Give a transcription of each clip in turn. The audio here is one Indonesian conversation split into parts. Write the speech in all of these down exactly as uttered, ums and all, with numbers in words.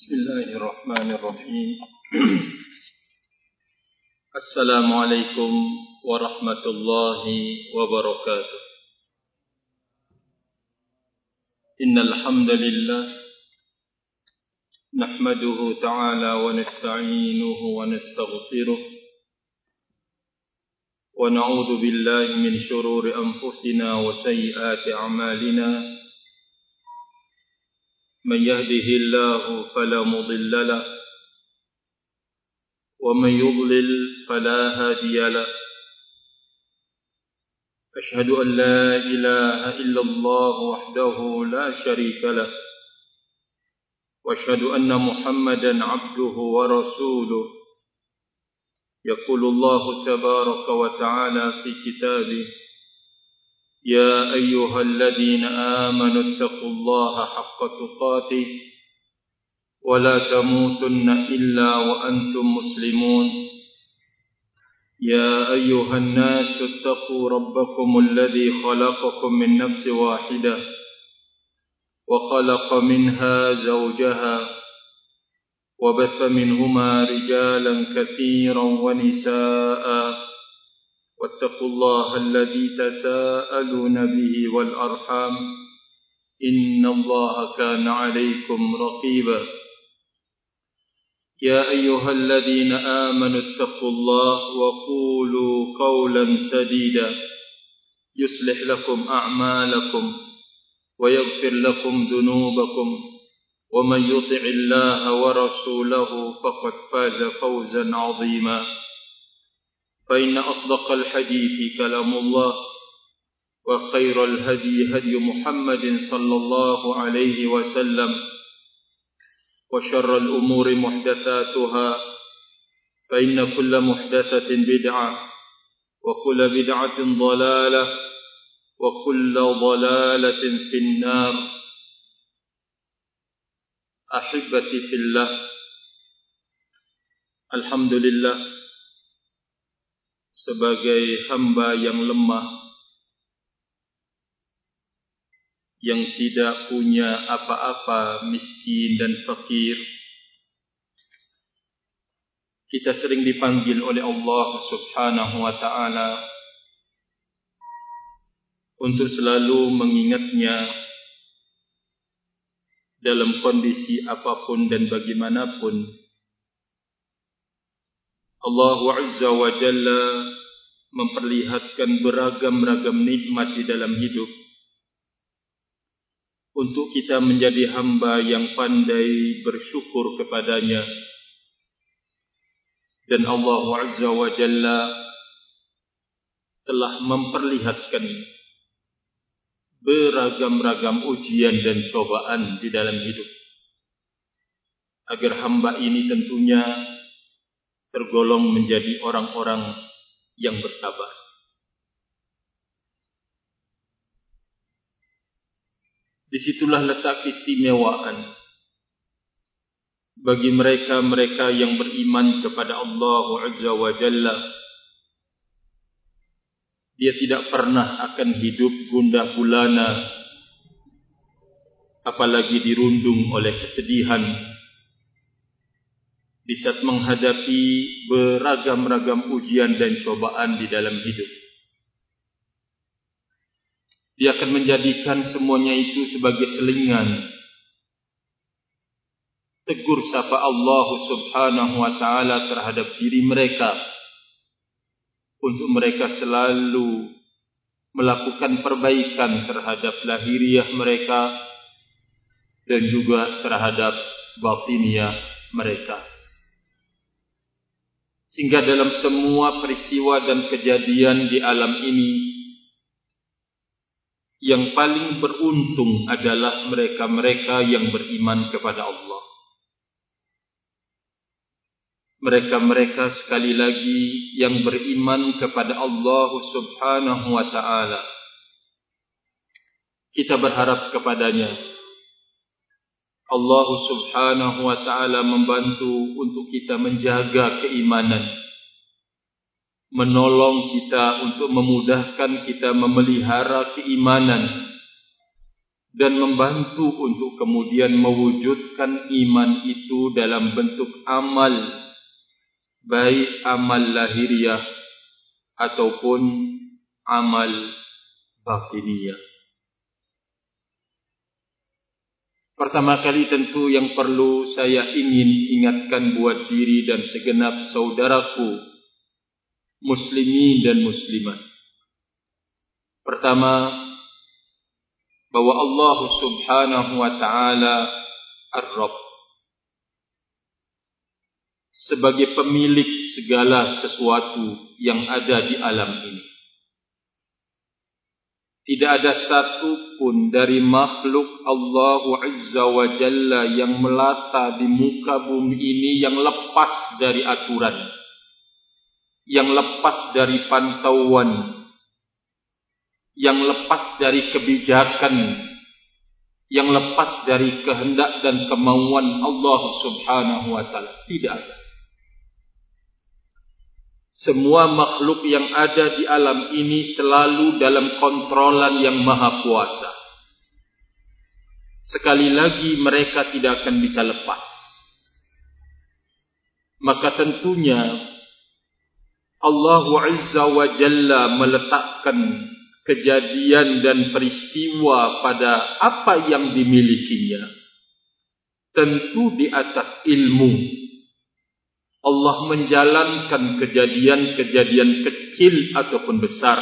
Bismillahirrahmanirrahim. Assalamualaikum warahmatullahi wabarakatuh. Innal hamdalillah nahmaduhu ta'ala wa nasta'inuhu wa nastaghfiruh wa na'udzu billahi min shururi anfusina wa sayyiati a'malina. من يهده الله فلا مضل له ومن يضلل فلا هادي له أشهد أن لا إله إلا الله وحده لا شريك له وأشهد أن محمدا عبده ورسوله يقول الله تبارك وتعالى في كتابه يا أيها الذين آمنوا اتقوا الله حق تقاته ولا تموتن إلا وأنتم مسلمون يا أيها الناس اتقوا ربكم الذي خلقكم من نفس واحدة وخلق منها زوجها وبث منهما رجالا كثيرا ونساء واتقوا الله الذي تساءلون به والأرحام إن الله كان عليكم رقيبا يا أيها الذين آمنوا اتقوا الله وقولوا قولا سديدا يصلح لكم أعمالكم ويغفر لكم ذنوبكم ومن يطع الله ورسوله فقد فاز فوزا عظيما فإن أصدق الحديث كلام الله وخير الهدي هدي محمد صلى الله عليه وسلم وشر الأمور محدثاتها فإن كل محدثة بدعة وكل بدعة ضلالة وكل ضلالة في النار. أحبتي في الله، Alhamdulillah, sebagai hamba yang lemah, yang tidak punya apa-apa, miskin dan fakir, kita sering dipanggil oleh Allah Subhanahu wa ta'ala untuk selalu mengingatnya dalam kondisi apapun dan bagaimanapun. Allah Azza wa Jalla memperlihatkan beragam-ragam nikmat di dalam hidup untuk kita menjadi hamba yang pandai bersyukur kepadanya. Dan Allah Azza wa Jalla telah memperlihatkan beragam-ragam ujian dan cobaan di dalam hidup, agar hamba ini tentunya tergolong menjadi orang-orang yang bersabar. Disitulah letak keistimewaan bagi mereka-mereka yang beriman kepada Allah Azza wa Jalla. Dia tidak pernah akan hidup gundah gulana, apalagi dirundung oleh kesedihan di saat menghadapi beragam-ragam ujian dan cobaan di dalam hidup. Dia akan menjadikan semuanya itu sebagai selingan, tegur sapa Allah Subhanahu wa ta'ala terhadap diri mereka, untuk mereka selalu melakukan perbaikan terhadap lahiriah mereka dan juga terhadap batiniah mereka. Sehingga dalam semua peristiwa dan kejadian di alam ini, yang paling beruntung adalah mereka-mereka yang beriman kepada Allah. Mereka-mereka sekali lagi yang beriman kepada Allah Subhanahu wa ta'ala. Kita berharap kepadanya. Allah Subhanahu wa ta'ala membantu untuk kita menjaga keimanan, menolong kita untuk memudahkan kita memelihara keimanan, dan membantu untuk kemudian mewujudkan iman itu dalam bentuk amal, baik amal lahiriah ataupun amal batiniyah. Pertama kali tentu yang perlu saya ingin ingatkan buat diri dan segenap saudaraku muslimin dan muslimat. Pertama, bahwa Allah Subhanahu wa taala Ar-Rabb, sebagai pemilik segala sesuatu yang ada di alam ini. Tidak ada satu pun dari makhluk Allah Azza wa Jalla yang melata di muka bumi ini yang lepas dari aturan, yang lepas dari pantauan, yang lepas dari kebijakan, yang lepas dari kehendak dan kemauan Allah Subhanahu wa taala. Tidak ada. Semua makhluk yang ada di alam ini selalu dalam kontrolan yang maha kuasa. Sekali lagi mereka tidak akan bisa lepas. Maka tentunya Allah Azza wa Jalla meletakkan kejadian dan peristiwa pada apa yang dimilikinya, tentu di atas ilmu. Allah menjalankan kejadian-kejadian kecil ataupun besar,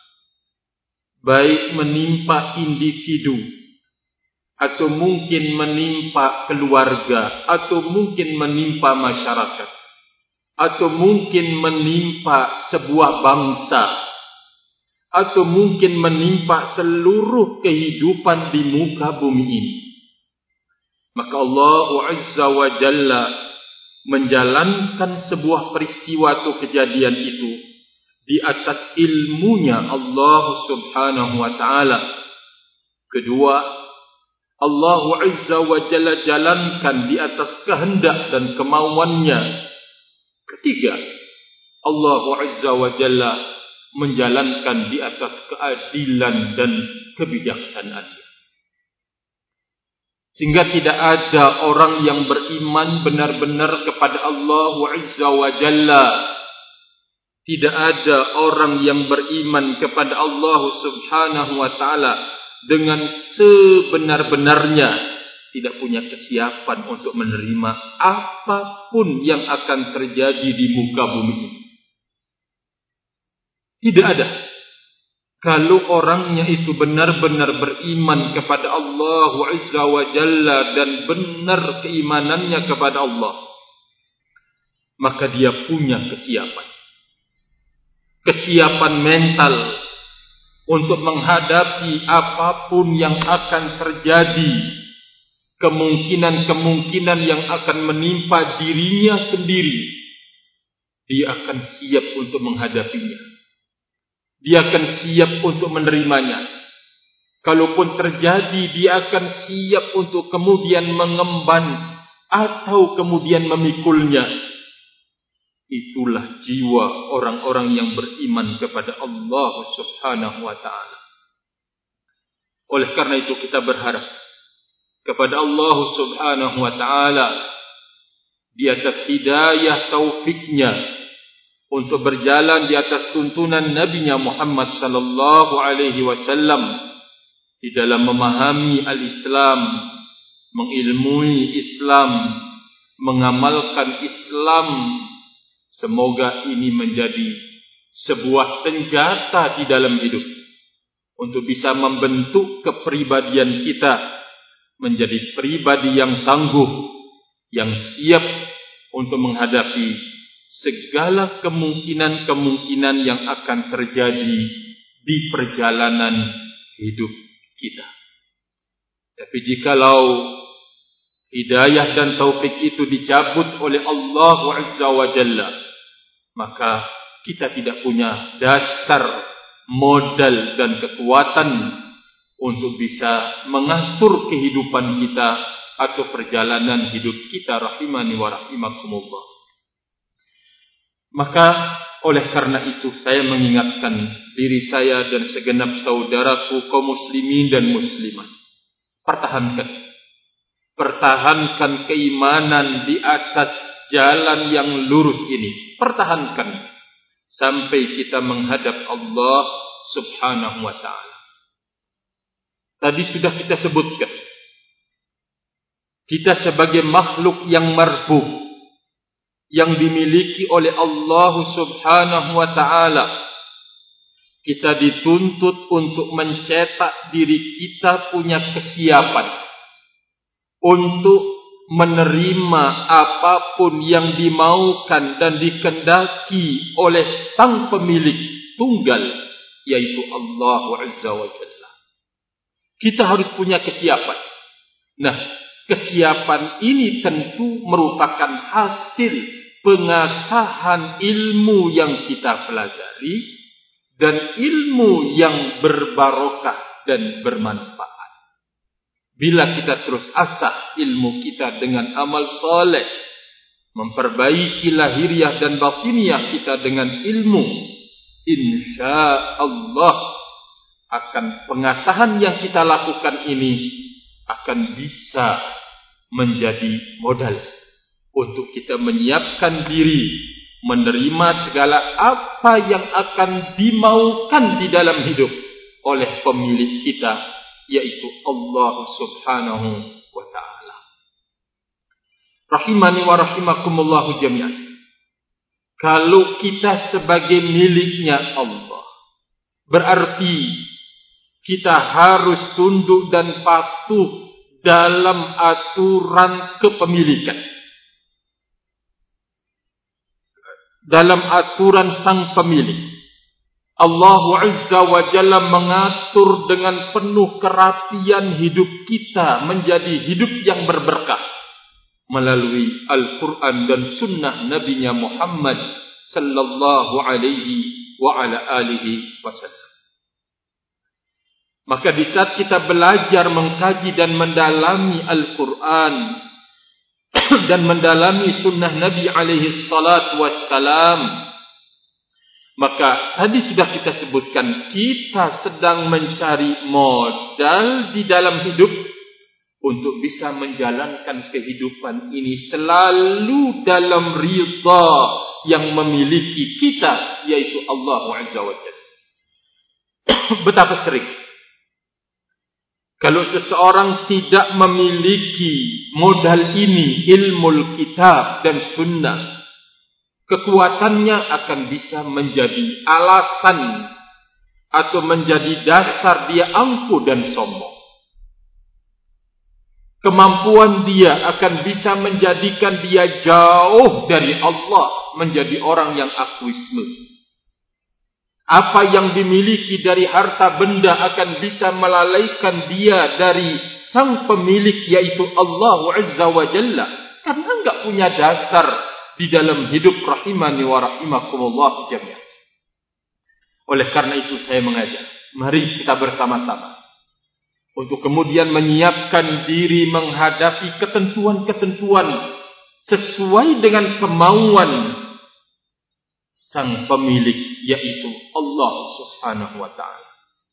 baik menimpa individu, atau mungkin menimpa keluarga, atau mungkin menimpa masyarakat, atau mungkin menimpa sebuah bangsa, atau mungkin menimpa seluruh kehidupan di muka bumi ini. Maka Allah Azza wa Jalla menjalankan sebuah peristiwa atau kejadian itu di atas ilmunya Allah Subhanahu wa taala. Kedua, Allah Azza wa Jalla jalankan di atas kehendak dan kemauannya. Ketiga, Allah Azza wa Jalla menjalankan di atas keadilan dan kebijaksanaannya. Sehingga tidak ada orang yang beriman benar-benar kepada Allah Azza wa Jalla. Tidak ada orang yang beriman kepada Allah Subhanahu wa taala dengan sebenar-benarnya, tidak punya kesiapan untuk menerima apapun yang akan terjadi di muka bumi ini. Tidak ada. Kalau orangnya itu benar-benar beriman kepada Allah Azza wa Jalla dan benar keimanannya kepada Allah, maka dia punya kesiapan. Kesiapan mental untuk menghadapi apapun yang akan terjadi, kemungkinan-kemungkinan yang akan menimpa dirinya sendiri, dia akan siap untuk menghadapinya. Dia akan siap untuk menerimanya. Kalaupun terjadi, dia akan siap untuk kemudian mengemban atau kemudian memikulnya. Itulah jiwa orang-orang yang beriman kepada Allah Subhanahu wa ta'ala. Oleh karena itu kita berharap kepada Allah Subhanahu wa ta'ala di atas hidayah taufiknya untuk berjalan di atas tuntunan Nabi-Nya Muhammad sallallahu alaihi wasallam di dalam memahami al-Islam, mengilmui Islam, mengamalkan Islam. Semoga ini menjadi sebuah senjata di dalam hidup untuk bisa membentuk kepribadian kita menjadi pribadi yang tangguh, yang siap untuk menghadapi segala kemungkinan-kemungkinan yang akan terjadi di perjalanan hidup kita. Tapi jikalau hidayah dan taufik itu dicabut oleh Allah Azza wa Jalla, maka kita tidak punya dasar, modal dan kekuatan untuk bisa mengatur kehidupan kita atau perjalanan hidup kita, rahimani wa rahimakumullah. Maka oleh karena itu saya mengingatkan diri saya dan segenap saudaraku kaum muslimin dan muslimat pertahankan. Pertahankan keimanan di atas jalan yang lurus ini. Pertahankan sampai kita menghadap Allah Subhanahu wa ta'ala. Tadi sudah kita sebutkan, kita sebagai makhluk yang marbuh, yang dimiliki oleh Allah Subhanahu wa ta'ala, kita dituntut untuk mencetak diri kita punya kesiapan untuk menerima apapun yang dimaukan dan dikehendaki oleh sang pemilik tunggal, yaitu Allah Azza wa Jalla. Kita harus punya kesiapan. Nah, kesiapan ini tentu merupakan hasil pengasahan ilmu yang kita pelajari dan ilmu yang berbarokah dan bermanfaat. Bila kita terus asah ilmu kita dengan amal soleh, memperbaiki lahiriah dan batiniah kita dengan ilmu, insya Allah akan pengasahan yang kita lakukan ini akan bisa menjadi modal untuk kita menyiapkan diri menerima segala apa yang akan dimaukan di dalam hidup oleh pemilik kita, yaitu Allah Subhanahu wa ta'ala. Rahimani wa rahimakumullahu jami'an. Kalau kita sebagai miliknya Allah, berarti kita harus tunduk dan patuh dalam aturan kepemilikan, dalam aturan sang pemilik. Allah Azza wa Jalla mengatur dengan penuh kerapian hidup kita menjadi hidup yang berberkah melalui Al-Quran dan Sunnah Nabi-Nya Muhammad sallallahu alaihi wa ala alihi wasallam. Maka di saat kita belajar mengkaji dan mendalami Al-Quran dan mendalami Sunnah Nabi alaihi salatu wassalam, maka tadi sudah kita sebutkan, kita sedang mencari modal di dalam hidup untuk bisa menjalankan kehidupan ini selalu dalam ridha yang memiliki kita, yaitu Allah Azza wa Jalla. Betapa sering kalau seseorang tidak memiliki modal ini, ilmu kitab dan sunnah, kekuatannya akan bisa menjadi alasan atau menjadi dasar dia angkuh dan sombong. Kemampuan dia akan bisa menjadikan dia jauh dari Allah, menjadi orang yang ateisme. Apa yang dimiliki dari harta benda akan bisa melalaikan dia dari sang pemilik, yaitu Allah Azza wa Jalla, karena enggak punya dasar di dalam hidup. Rahimani wa rahimakumullah jami'an. Oleh karena itu saya mengajak, mari kita bersama-sama untuk kemudian menyiapkan diri menghadapi ketentuan-ketentuan sesuai dengan kemauan sang pemilik, yaitu Allah Subhanahu wa ta'ala.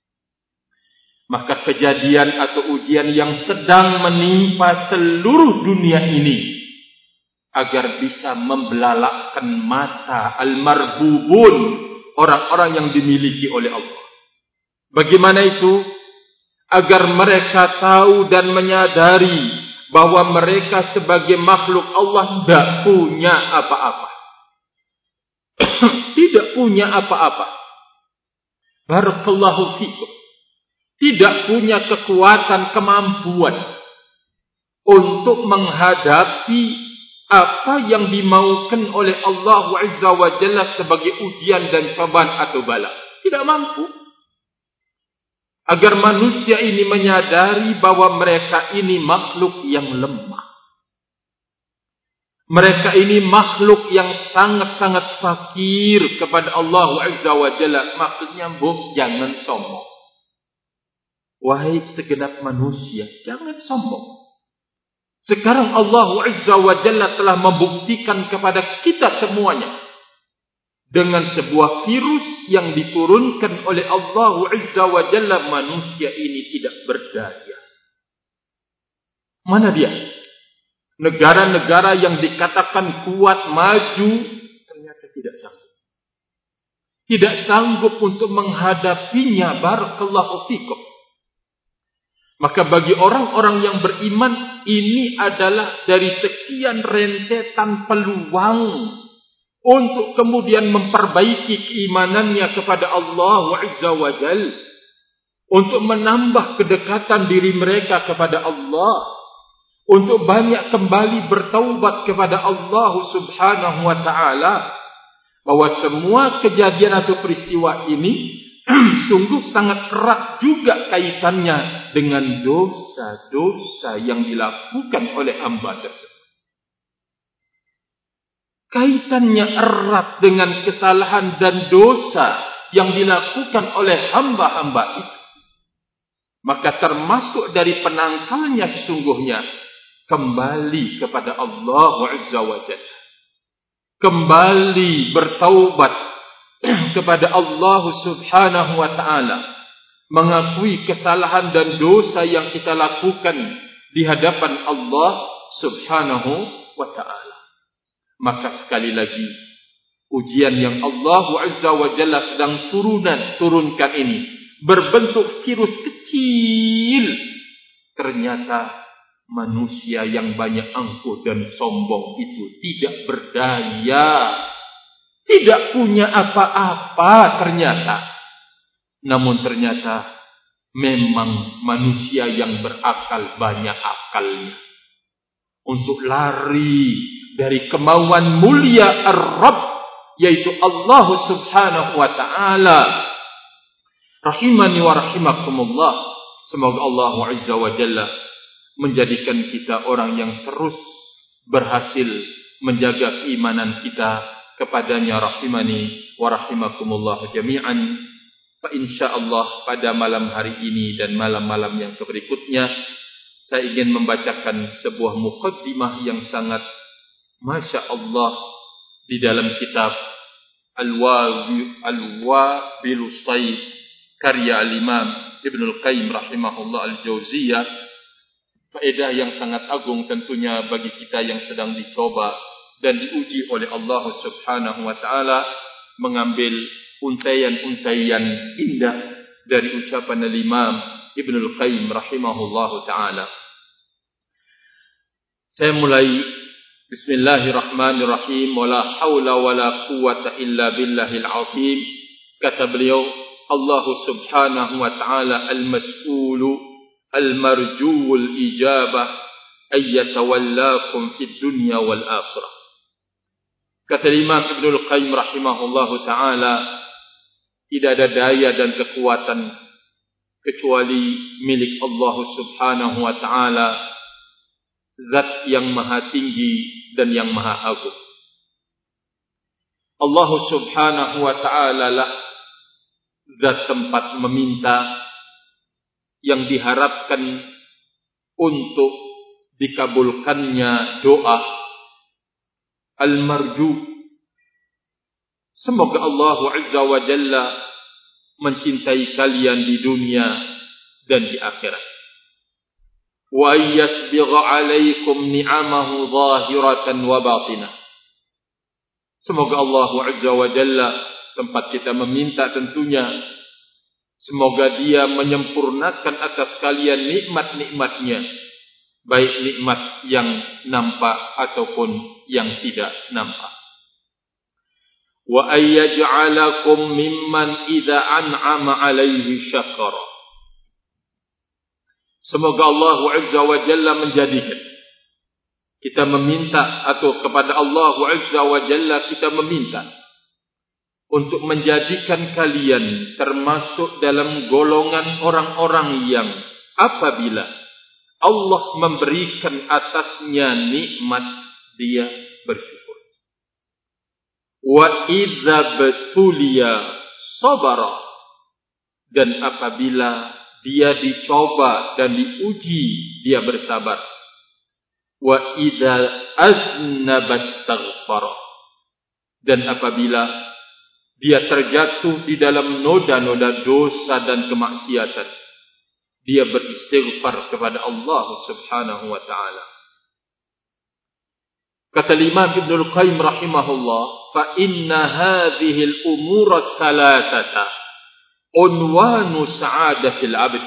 Maka kejadian atau ujian yang sedang menimpa seluruh dunia ini, agar bisa membelalakkan mata al-marbubun, orang-orang yang dimiliki oleh Allah. Bagaimana itu? Agar mereka tahu dan menyadari bahwa mereka sebagai makhluk Allah tidak punya apa-apa. Tidak punya apa-apa. Barakallahu fikum. Tidak punya kekuatan, kemampuan untuk menghadapi apa yang dimaukan oleh Allah Azza wa Jalla sebagai ujian dan cobaan atau bala. Tidak mampu. Agar manusia ini menyadari bahwa mereka ini makhluk yang lemah. Mereka ini makhluk yang sangat-sangat fakir kepada Allah Azza wa Jalla. Maksudnya, bu, jangan sombong. Wahai segenap manusia, jangan sombong. Sekarang Allah Azza wa Jalla telah membuktikan kepada kita semuanya dengan sebuah virus yang diturunkan oleh Allah Azza wa Jalla, manusia ini tidak berdaya. Mana dia? Negara-negara yang dikatakan kuat, maju, ternyata tidak sanggup. Tidak sanggup untuk menghadapinya. Barakallahu fikum. Maka bagi orang-orang yang beriman, ini adalah dari sekian rentetan peluang untuk kemudian memperbaiki keimanannya kepada Allah Azza wa Jalla, untuk menambah kedekatan diri mereka kepada Allah, untuk banyak kembali bertaubat kepada Allah Subhanahu wa taala, bahwa semua kejadian atau peristiwa ini sungguh sangat erat juga kaitannya dengan dosa-dosa yang dilakukan oleh hamba tersebut. Kaitannya erat dengan kesalahan dan dosa yang dilakukan oleh hamba-hamba itu. Maka termasuk dari penangkalnya sesungguhnya kembali kepada Allah Azza wa Jalla. Kembali bertaubat kepada Allah Subhanahu wa taala, mengakui kesalahan dan dosa yang kita lakukan di hadapan Allah Subhanahu wa taala. Maka sekali lagi, ujian yang Allah Azza wa Jalla sedang turunan turunkan ini berbentuk virus kecil. Ternyata manusia yang banyak angkuh dan sombong itu tidak berdaya, tidak punya apa-apa ternyata. Namun ternyata memang manusia yang berakal banyak akalnya untuk lari dari kemauan mulia Ar-Rabb, yaitu Allah Subhanahu wa taala. Rahimani wa rahimakumullah. Semoga Allah Azza wa Jalla menjadikan kita orang yang terus berhasil menjaga keimanan kita kepadanya. Rahimani wa rahimakumullah jami'an. Fa insyaallah pada malam hari ini dan malam-malam yang berikutnya, saya ingin membacakan sebuah muqaddimah yang sangat Masya Allah di dalam kitab Al-Wabil Sayyid karya Al-Imam Ibnul Qayyim rahimahullah Al-Jauziyah. Faedah yang sangat agung tentunya bagi kita yang sedang dicoba dan diuji oleh Allah Subhanahu wa taala, mengambil untaian-untaian indah dari ucapan Al-Imam Ibnul Qayyim rahimahullahu taala. Saya mulai Bismillahirrahmanirrahim. Wala haula wala quwwata illa billahil azim. Kata beliau, Allah Subhanahu wa taala al-mas'ulu al-marjuul ijabah ayyatawallakum fid dunya wal akhirah. Kata Imam Ibnul Qayyim rahimahullahu taala, tidak ada daya dan kekuatan kecuali milik Allah Subhanahu wa taala, zat yang maha tinggi dan yang maha agung. Allah Subhanahu wa taala lah zat tempat meminta yang diharapkan untuk dikabulkannya doa. Al-marju, semoga Allah Azza wa Jalla mencintai kalian di dunia dan di akhirat. Wa yasbigha 'alaikum ni'amahu zahiratan wa batinah. Semoga Allah Azza wa Jalla, tempat kita meminta tentunya, semoga Dia menyempurnakan atas kalian nikmat-nikmatnya, baik nikmat yang nampak ataupun yang tidak nampak. Wa ayyaj'alakum mimman idza an'ama 'alaihi syakara. Semoga Allah Azza wa Jalla menjadikan kita meminta, atau kepada Allah Azza wa Jalla kita meminta untuk menjadikan kalian termasuk dalam golongan orang-orang yang apabila Allah memberikan atasnya nikmat, dia bersyukur. Wa idza betulia sabara, dan apabila dia dicoba dan diuji, dia bersabar. Wa idza aznaba astaghfara, dan apabila dia terjatuh di dalam noda-noda dosa dan kemaksiatan, dia beristighfar kepada Allah Subhanahu wa taala. Kata Imam Ibnul Qayyim rahimahullah, fa inna hadhihi al-umur thalathata unwanu sa'adatil abd.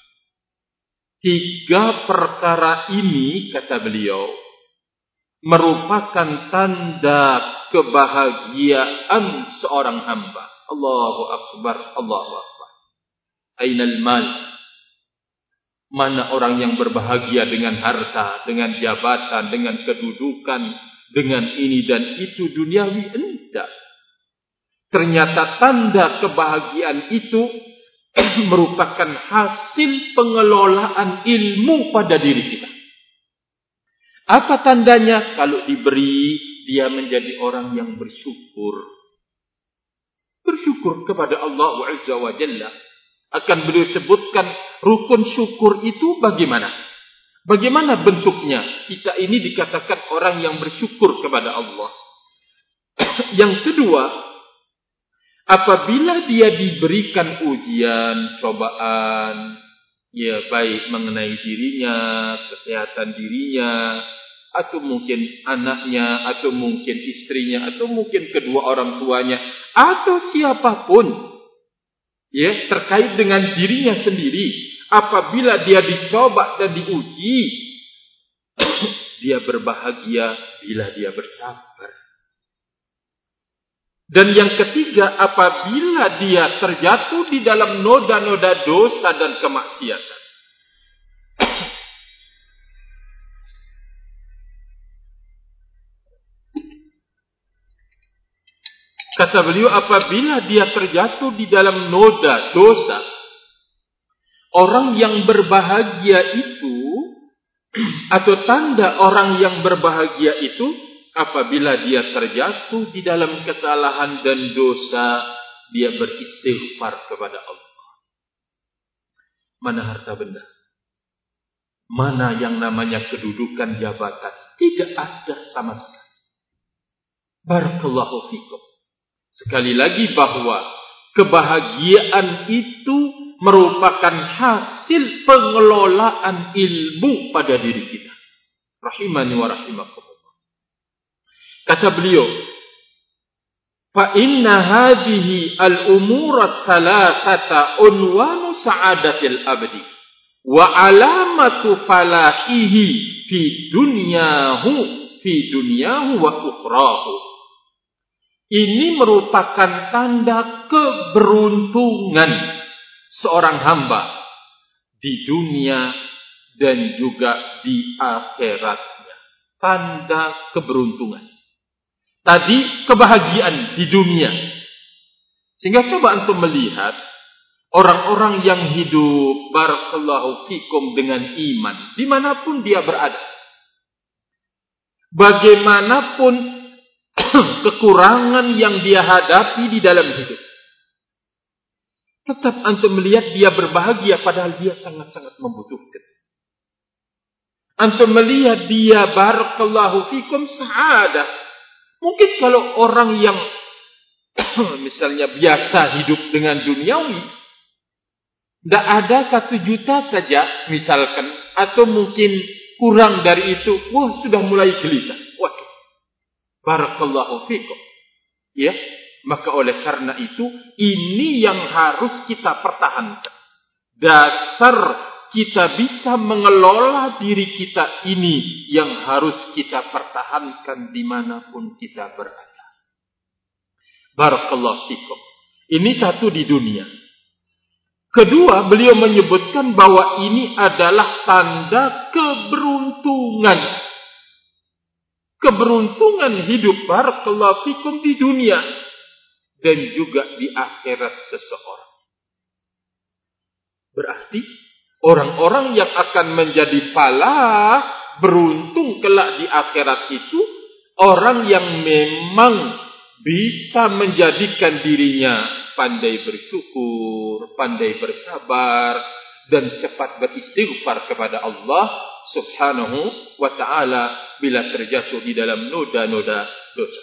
Tiga perkara ini, kata beliau, merupakan tanda kebahagiaan seorang hamba. Allahu akbar, Allahu akbar. Ainal mal? Mana orang yang berbahagia dengan harta, dengan jabatan, dengan kedudukan, dengan ini dan itu duniawi? Enggak. Ternyata tanda kebahagiaan itu merupakan hasil pengelolaan ilmu pada diri kita. Apa tandanya? Kalau diberi, dia menjadi orang yang bersyukur. Bersyukur kepada Allah Azza wa Jalla. Akan beliau sebutkan rukun syukur itu bagaimana? Bagaimana bentuknya? Kita ini dikatakan orang yang bersyukur kepada Allah. Yang kedua, apabila dia diberikan ujian, cobaan, ya baik mengenai dirinya, kesehatan dirinya, atau mungkin anaknya, atau mungkin istrinya, atau mungkin kedua orang tuanya, atau siapapun, ya, terkait dengan dirinya sendiri. Apabila dia dicoba dan diuji, dia berbahagia bila dia bersabar. Dan yang ketiga, apabila dia terjatuh di dalam noda-noda dosa dan kemaksiatan. Kata beliau, apabila dia terjatuh di dalam noda dosa, orang yang berbahagia itu, atau tanda orang yang berbahagia itu, apabila dia terjatuh di dalam kesalahan dan dosa, dia beristighfar kepada Allah. Mana harta benda? Mana yang namanya kedudukan jabatan? Tidak ada sama sekali. Barakallahu fikum. Sekali lagi bahwa kebahagiaan itu merupakan hasil pengelolaan ilmu pada diri kita. Rahimani wa rahimakumullah. Kata beliau, fa inna hadhihi al-umur ats-tsalatsata unwanu sa'adatil abdi wa alamatu falahihi fi dunyahu fi dunyahu wa ukhrahu. Ini merupakan tanda keberuntungan seorang hamba di dunia dan juga di akhiratnya. Tanda keberuntungan. Tadi kebahagiaan di dunia. Sehingga coba antum melihat orang-orang yang hidup barakallahu fikum dengan iman dimanapun dia berada. Bagaimanapun kekurangan yang dia hadapi di dalam hidup, tetap antum melihat dia berbahagia padahal dia sangat-sangat membutuhkan. Antum melihat dia barakallahu fikum sa'adah. Mungkin kalau orang yang misalnya biasa hidup dengan duniawi, tidak ada satu juta saja misalkan, atau mungkin kurang dari itu, wah sudah mulai gelisah. Waduh, barakallahu fikum. Ya, maka oleh karena itu, ini yang harus kita pertahankan. Dasar kita bisa mengelola diri kita ini yang harus kita pertahankan dimanapun kita berada. Barakallahu fikum. Ini satu di dunia. Kedua, beliau menyebutkan bahwa ini adalah tanda keberuntungan. Keberuntungan hidup barakallahu fikum di dunia dan juga di akhirat seseorang. Berarti orang-orang yang akan menjadi falah, beruntung kelak di akhirat itu orang yang memang bisa menjadikan dirinya pandai bersyukur, pandai bersabar, dan cepat beristighfar kepada Allah Subhanahu wa ta'ala bila terjatuh di dalam noda-noda dosa.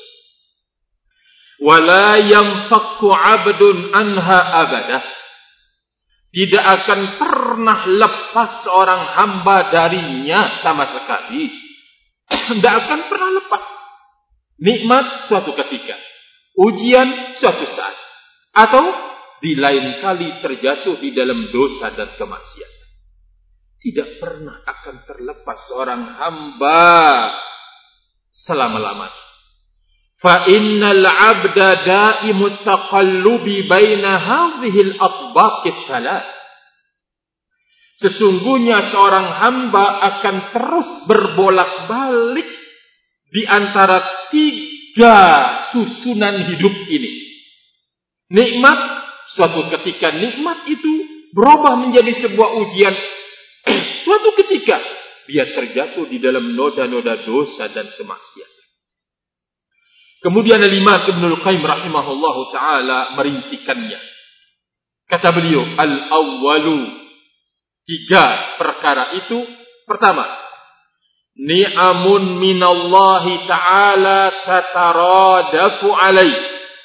Wala yanfakku 'abdun anha abadah tidak akan pernah lepas seorang hamba darinya sama sekali. Tidak akan pernah lepas. Nikmat suatu ketika, ujian suatu saat, atau di lain kali terjatuh di dalam dosa dan kemaksiatan. Tidak pernah akan terlepas seorang hamba selama-lamanya. Fa innal 'abda da'imut taqallubi baina hadhihi al-atbaq ats-tsalath. Sesungguhnya seorang hamba akan terus berbolak-balik di antara tiga susunan hidup ini. Nikmat, suatu ketika nikmat itu berubah menjadi sebuah ujian. Suatu ketika dia terjatuh di dalam noda-noda dosa dan kemaksiatan. Kemudian Al-Imam Ibnul Qayyim rahimahullahu taala merincikannya. Kata beliau, al-awwalu, tiga perkara itu. Pertama, ni'amun minallahi ta'ala tataradafu alaih,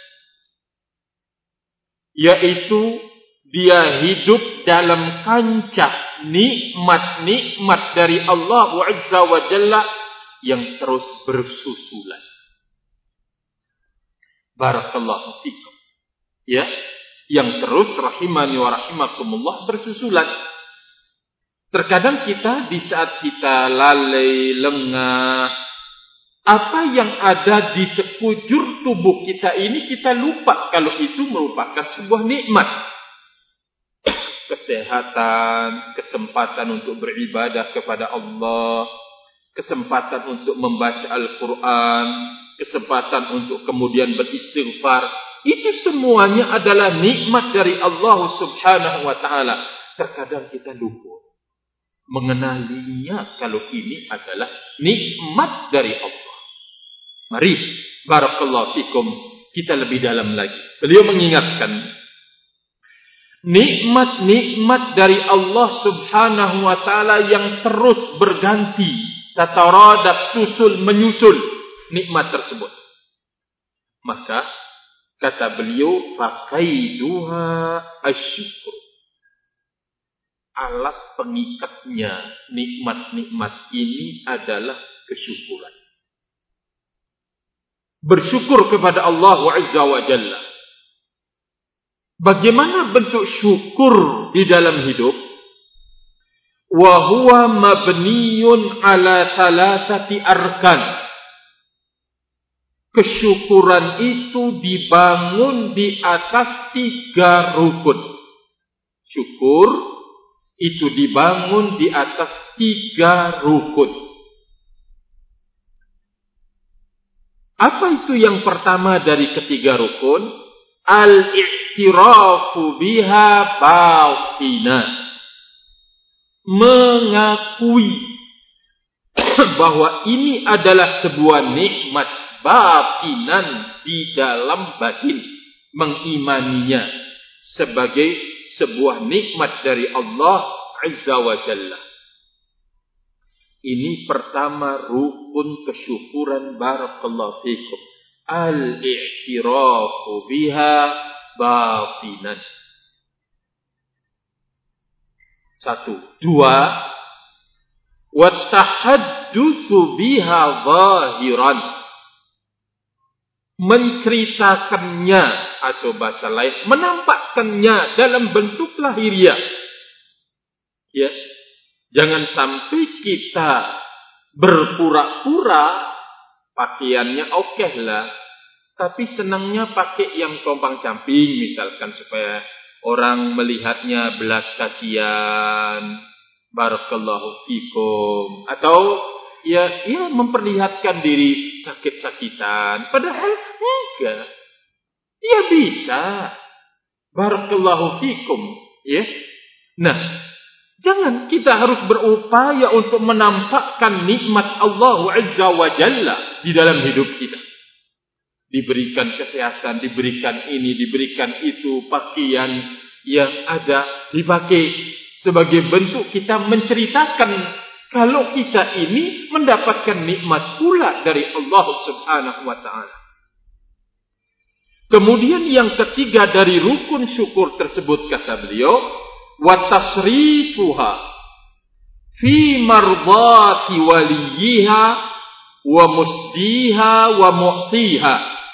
yaitu dia hidup dalam kancah nikmat-nikmat dari Allah Azza wa Jalla yang terus bersusulan. Barakallahu fikum. Ya, yang terus rahimani wa rahimakumullah bersusulan. Terkadang kita di saat kita lalai, lengah, apa yang ada di sekujur tubuh kita ini kita lupa kalau itu merupakan sebuah nikmat. Kesehatan, kesempatan untuk beribadah kepada Allah, kesempatan untuk membaca Al-Quran, kesempatan untuk kemudian beristighfar. Itu semuanya adalah nikmat dari Allah Subhanahu wa taala. Terkadang kita lupa mengenalinya kalau ini adalah nikmat dari Allah. Mari, barakallahu fikum, kita lebih dalam lagi. Beliau mengingatkan, nikmat-nikmat dari Allah Subhanahu wa taala yang terus berganti, tataradab, susul menyusul nikmat tersebut. Maka kata beliau, faqaiduha asyukur. Alat pengikatnya nikmat-nikmat ini adalah kesyukuran. Bersyukur kepada Allah Azza wa Jalla. Bagaimana bentuk syukur di dalam hidup? Wa huwa mabniyun ala thalathati arkan. Kesyukuran itu dibangun di atas tiga rukun. Syukur itu dibangun di atas tiga rukun. Apa itu yang pertama dari ketiga rukun? Al-i'tirafu biha batina. Mengakui bahwa ini adalah sebuah nikmat batinan di dalam batin. Mengimaninya sebagai sebuah nikmat dari Allah Azza wa Jalla. Ini pertama rukun kesyukuran, barakallahu fikum. Al-i'tirafu biha batinan. Satu. Dua. Wa tahaddutsu biha zahiran. Menceritakannya, atau bahasa lain, menampakkannya dalam bentuk lahiriah. Ya. Jangan sampai kita berpura-pura pakaiannya oke okay lah, tapi senangnya pakai yang compang-camping misalkan supaya orang melihatnya belas kasihan, barakallahu fikum, atau ya ya memperlihatkan diri sakit-sakitan, padahal enggak. Ya bisa. Barakallahu fikum, ya. Nah, jangan kita harus berupaya untuk menampakkan nikmat Allah Azza wa Jalla di dalam hidup kita. Diberikan kesehatan, diberikan ini, diberikan itu, pakaian yang ada dipakai sebagai bentuk kita menceritakan kalau kita ini mendapatkan nikmat pula dari Allah Subhanahu wa taala. Kemudian yang ketiga dari rukun syukur tersebut, kata beliau, wa tasrifuha fi mardati waliyiha wa musdiha wa mu'tiha.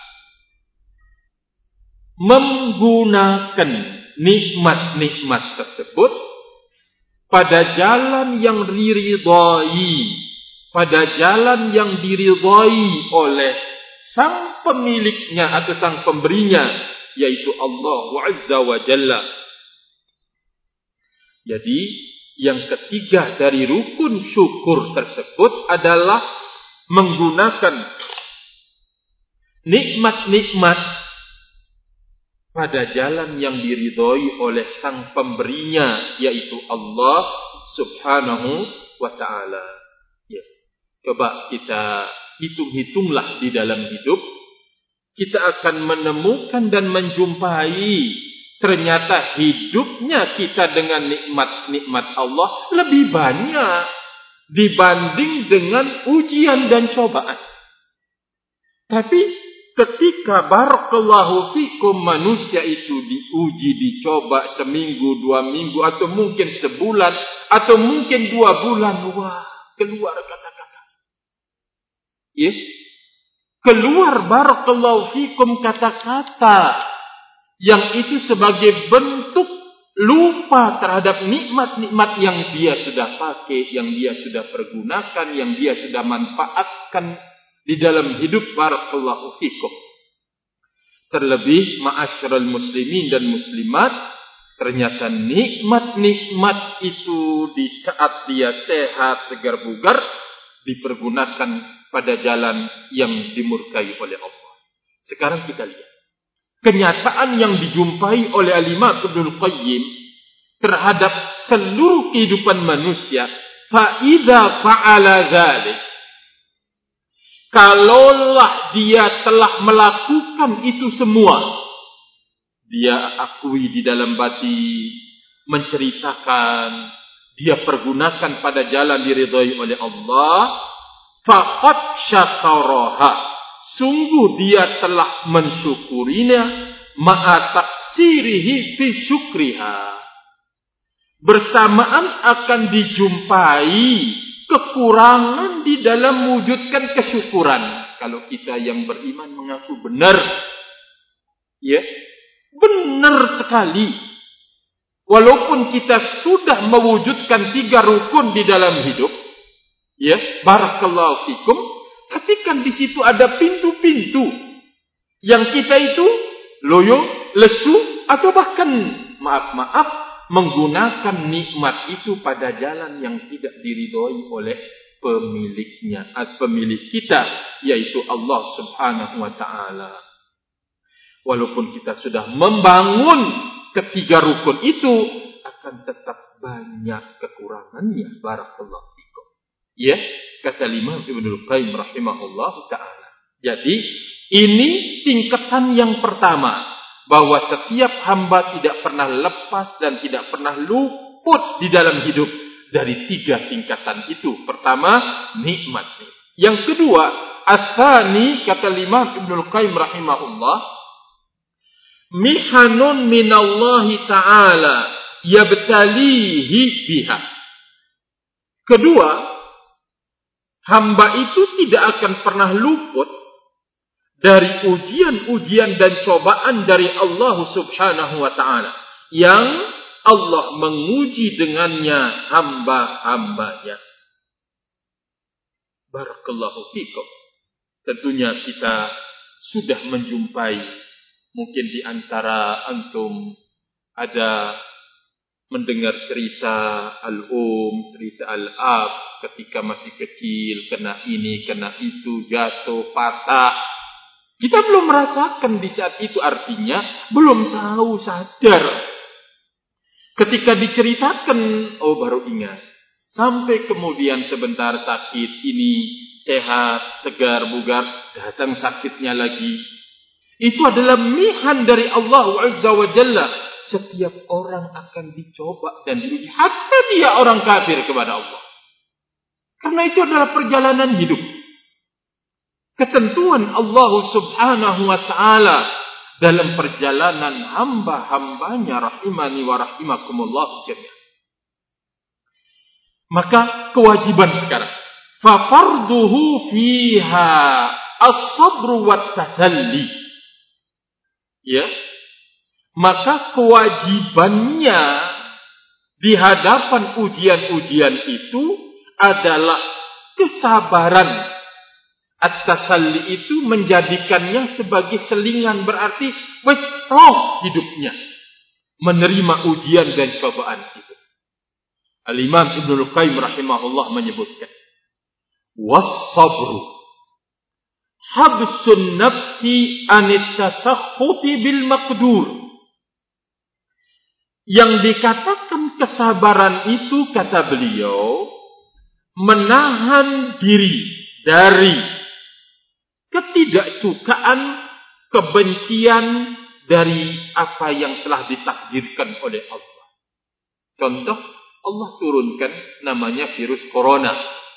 Menggunakan nikmat-nikmat tersebut pada jalan yang diridhai, pada jalan yang diridhai oleh sang pemiliknya atau sang pemberinya, yaitu Allah Azza wa Jalla. Jadi yang ketiga dari rukun syukur tersebut adalah menggunakan nikmat-nikmat pada jalan yang diridhoi oleh sang pemberinya, yaitu Allah Subhanahu wa ta'ala. Ya. Coba kita hitung-hitunglah di dalam hidup. Kita akan menemukan dan menjumpai ternyata hidupnya kita dengan nikmat-nikmat Allah lebih banyak dibanding dengan ujian dan cobaan. Tapi ketika barakallahu fikum manusia itu diuji, dicoba seminggu, dua minggu, atau mungkin sebulan, atau mungkin dua bulan, wah, keluar kata-kata. Ya, keluar barakallahu fikum kata-kata yang itu sebagai bentuk lupa terhadap nikmat-nikmat yang dia sudah pakai, yang dia sudah pergunakan, yang dia sudah manfaatkan di dalam hidup barakallahu fikum. Terlebih ma'asyiral muslimin dan muslimat, ternyata nikmat-nikmat itu di saat dia sehat, segar bugar, dipergunakan pada jalan yang dimurkai oleh Allah. Sekarang kita lihat kenyataan yang dijumpai oleh Al-Imam Ibnul Qayyim terhadap seluruh kehidupan manusia. Fa idza fa'ala dzalik, kalaulah dia telah melakukan itu semua, dia akui di dalam batin, menceritakan, dia pergunakan pada jalan diridhai oleh Allah, faqad syakaraha, sungguh dia telah mensyukurinya, ma'a taksirihi fi syukriha. Bersamaan akan dijumpai kekurangan di dalam mewujudkan kesyukuran. Kalau kita yang beriman mengaku benar, ya, benar sekali. Walaupun kita sudah mewujudkan tiga rukun di dalam hidup, ya, barakallahu fikum, tapi kan di situ ada pintu-pintu yang kita itu loyo, lesu, atau bahkan maaf-maaf menggunakan nikmat itu pada jalan yang tidak diridhoi oleh pemiliknya, atau pemilik kita, yaitu Allah Subhanahu wa ta'ala. Walaupun kita sudah membangun ketiga rukun itu, akan tetap banyak kekurangannya. Barakallahu fikum. Ya, kata Imam Ibnul Qayyim rahimahullah ta'ala. Jadi ini tingkatan yang pertama, bahwa setiap hamba tidak pernah lepas dan tidak pernah luput di dalam hidup dari tiga tingkatan itu. Pertama, nikmat. Yang kedua, asani, kata Imam Ibnul Qayyim rahimahullah, mihanun minallahi ta'ala yabtalihi biha. Kedua, hamba itu tidak akan pernah luput dari ujian-ujian dan cobaan dari Allah Subhanahu wa ta'ala, yang Allah menguji dengannya hamba-hambanya. Barakallahu fikum. Tentunya kita sudah menjumpai, mungkin di antara antum ada mendengar cerita al-um, cerita al-ab, ketika masih kecil, kena ini, kena itu, jatuh, patah. Kita belum merasakan di saat itu, artinya belum tahu, sadar. Ketika diceritakan, oh baru ingat. Sampai kemudian sebentar sakit, ini sehat, segar, bugar, datang sakitnya lagi. Itu adalah mihan dari Allah Azza wa Jalla. Setiap orang akan dicoba dan diuji, hatta dia orang kafir kepada Allah. Karena itu adalah perjalanan hidup. Ketentuan Allah Subhanahu wa ta'ala dalam perjalanan hamba-hambanya rahimani wa rahimakumullah jami'an. Maka kewajiban sekarang, fa farduhu fiha as-sabru wat tasalli. Ya. Maka kewajibannya di hadapan ujian-ujian itu adalah kesabaran. At-tasalli itu menjadikannya sebagai selingan, berarti wis roh hidupnya menerima ujian dan cobaan itu. Al-Imam Ibnul Qayyim rahimahullah menyebutkan, was-sabru habsun nafsi anit tasakhuti bil maqdur. Yang dikatakan kesabaran itu, kata beliau, menahan diri dari ketidaksukaan, kebencian dari apa yang telah ditakdirkan oleh Allah. Contoh, Allah turunkan namanya virus corona.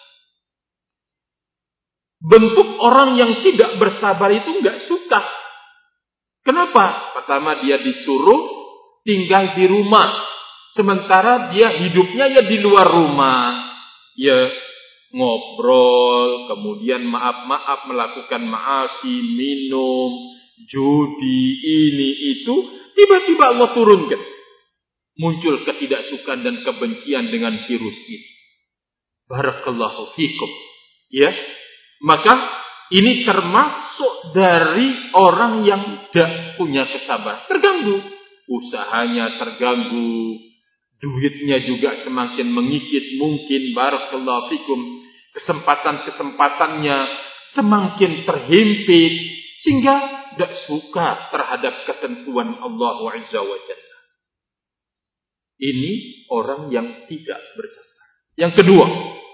Bentuk orang yang tidak bersabar itu enggak suka. Kenapa? Pertama, dia disuruh tinggal di rumah. Sementara dia hidupnya ya di luar rumah. Ya ngobrol, kemudian maaf-maaf melakukan maasi, minum, judi, ini itu. Tiba-tiba Allah turunkan. Muncul ketidaksukaan dan kebencian dengan virus ini. Barakallahu fikum. Ya. Maka ini termasuk dari orang yang tidak punya kesabaran. Terganggu. Usahanya terganggu. Duitnya juga semakin mengikis mungkin. Barakallahu fikum. Kesempatan-kesempatannya semakin terhimpit. Sehingga tidak suka terhadap ketentuan Allah Azza wa Jalla. Ini orang yang tidak bersabar. Yang kedua.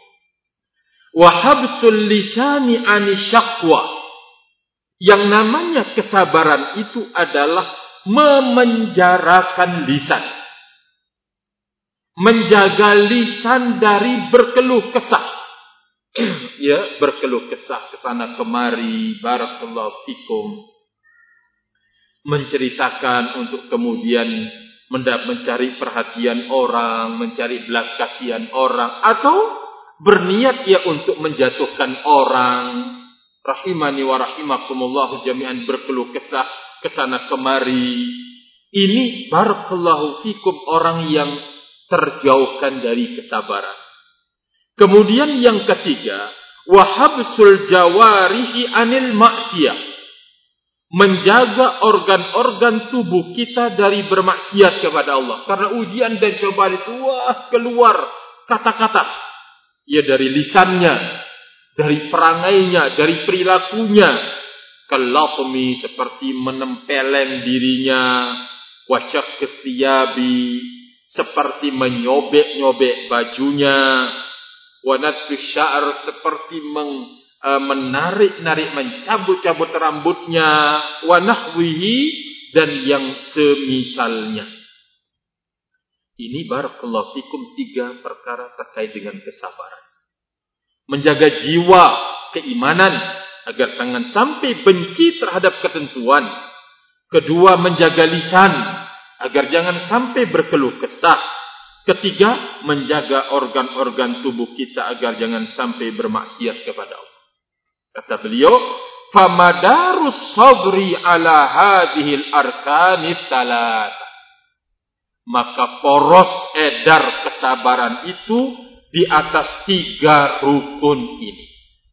Wahabsul lisani ani syaqwa. Yang namanya kesabaran itu adalah memenjarakan lisan. Menjaga lisan dari berkeluh kesah. Ya, berkeluh kesah kesana kemari. Barakallahu fikum. Menceritakan untuk kemudian mencari perhatian orang, mencari belas kasihan orang, atau berniat ya untuk menjatuhkan orang. Rahimani wa rahimakumullah jami'an, berkeluh kesah kesana kemari. Ini barakallahu fikum orang yang terjauhkan dari kesabaran. Kemudian yang ketiga, wahabsul jawarihi anil maksiyah. Menjaga organ-organ tubuh kita dari bermaksiat kepada Allah. Karena ujian dan cobaan itu, wah, keluar kata-kata. Ya, dari lisannya, dari perangainya, dari perilakunya. Kalafmi, seperti menempeleng dirinya. Wajak ketiyabi, seperti menyobek-nyobek bajunya. Wanatru sya'ar, seperti meng menarik-narik, mencabut-cabut rambutnya, wa nahwihi, dan yang semisalnya. Ini barakallahu fikum tiga perkara terkait dengan kesabaran. Menjaga jiwa, keimanan, agar jangan sampai benci terhadap ketentuan. Kedua, menjaga lisan, agar jangan sampai berkeluh kesah. Ketiga, menjaga organ-organ tubuh kita agar jangan sampai bermaksiat kepada Allah. Kata beliau, "Famadarus sabri ala hadhil arkanit talat." Maka poros edar kesabaran itu di atas tiga rukun ini.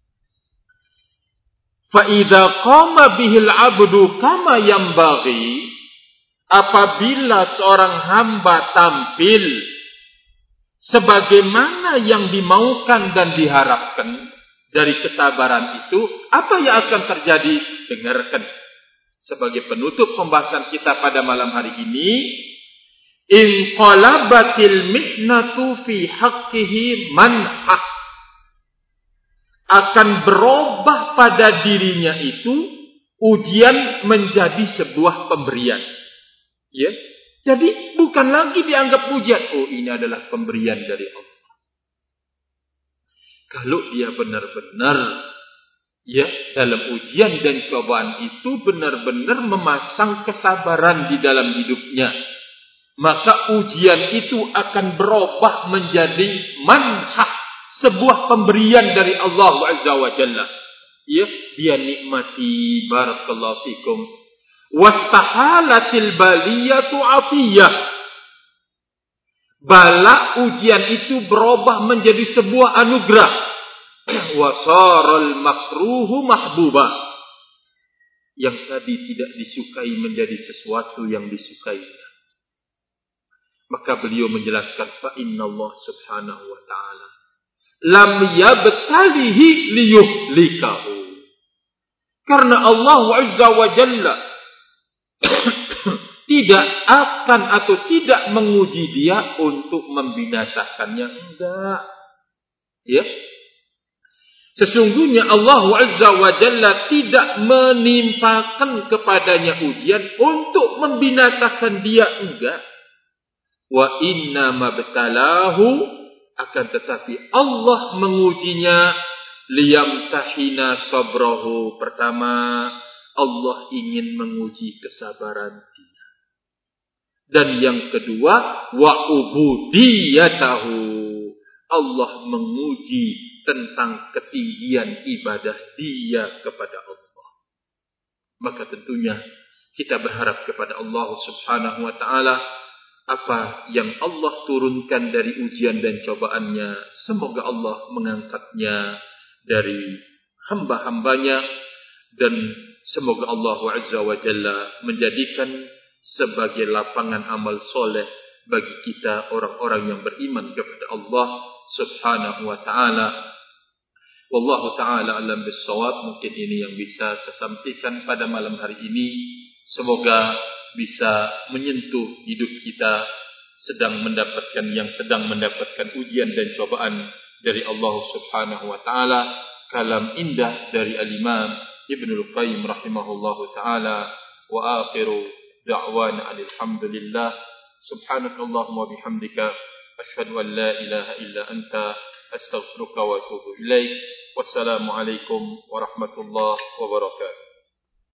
Fa idza qama bihil abdu kama yambaghi, apabila seorang hamba tampil sebagaimana yang dimaukan dan diharapkan dari kesabaran itu, apa yang akan terjadi? Dengarkan. Sebagai penutup pembahasan kita pada malam hari ini, inqalabatil mihnatu fi haqqihi manhah. Akan berubah pada dirinya itu ujian menjadi sebuah pemberian. Ya. Jadi bukan lagi dianggap ujian. Oh, ini adalah pemberian dari Allah. Kalau dia benar-benar Ya, dalam ujian dan cobaan itu benar-benar memasang kesabaran di dalam hidupnya. Maka ujian itu akan berubah menjadi manhah, sebuah pemberian dari Allah Azza wa Jalla. Ya, dia nikmati, barakallahu fikum. Wastahalatil baliyatu afiyah. Bala ujian itu berubah menjadi sebuah anugerah. Wasaral makruhu mahbuba. Yang tadi tidak disukai menjadi sesuatu yang disukainya. Maka beliau menjelaskan, fa inna Allah subhanahu wa ta'ala lam yabtalihi liyuhlikahu. Karena Allah azza wa jalla tidak akan atau tidak menguji dia untuk membinasakannya. Enggak. Ya. Sesungguhnya Allah Azza wa Jalla tidak menimpakan kepadanya ujian untuk membinasakan dia. Enggak. Wa inna mabtalahu, akan tetapi Allah mengujinya liyamtahina sabrahu. Pertama, Allah ingin menguji kesabaran dia. Dan yang kedua, wa ubudiyatahu, Allah menguji tentang ketinggian ibadah dia kepada Allah. Maka tentunya kita berharap kepada Allah subhanahu wa ta'ala, apa yang Allah turunkan dari ujian dan cobaannya, semoga Allah mengangkatnya dari hamba-hambanya, dan semoga Allah azza wa jalla menjadikan sebagai lapangan amal soleh bagi kita orang-orang yang beriman kepada Allah subhanahu wa ta'ala. Wallahu ta'ala alam bissawab. Mungkin ini yang bisa saya sampaikan pada malam hari ini. Semoga bisa menyentuh hidup kita sedang mendapatkan yang sedang mendapatkan ujian dan cobaan dari Allah subhanahu wa ta'ala. Kalam indah dari al-Imam Ibnul Qayyim rahimahullahu ta'ala. Wa akhiru da'wana alhamdulillah. Subhanakallahumma bihamdika asyhadu an la ilaha illa anta astaghfiruka wa atubu ilaik. Wassalamualaikum warahmatullahi wabarakatuh.